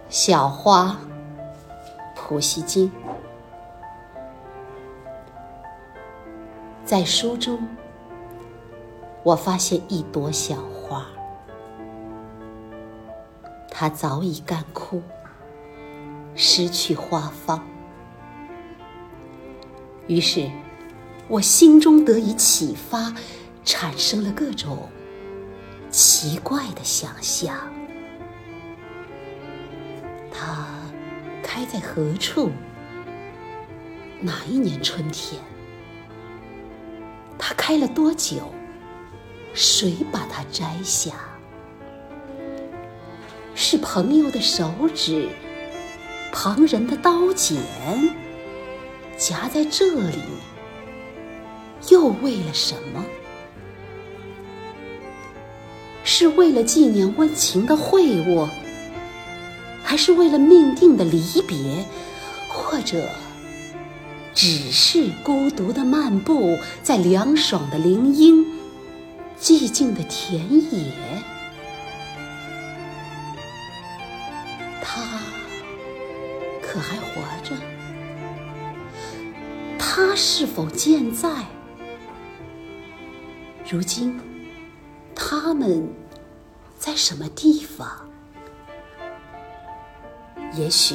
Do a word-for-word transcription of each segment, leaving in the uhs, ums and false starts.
小花，普希金。在书中，我发现一朵小花，它早已干枯，失去花芳。于是，我心中得以启发，产生了各种奇怪的想象。它开在何处？哪一年春天？它开了多久？谁把它摘下？是朋友的手指，旁人的刀剪，夹在这里，又为了什么？是为了纪念温情的会晤，还是为了命定的离别，或者只是孤独的漫步在凉爽的林荫，寂静的田野？他可还活着？他是否健在？如今他们在什么地方？也许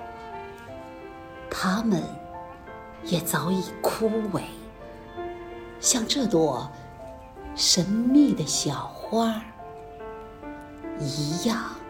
他们也早已枯萎，像这朵神秘的小花一样。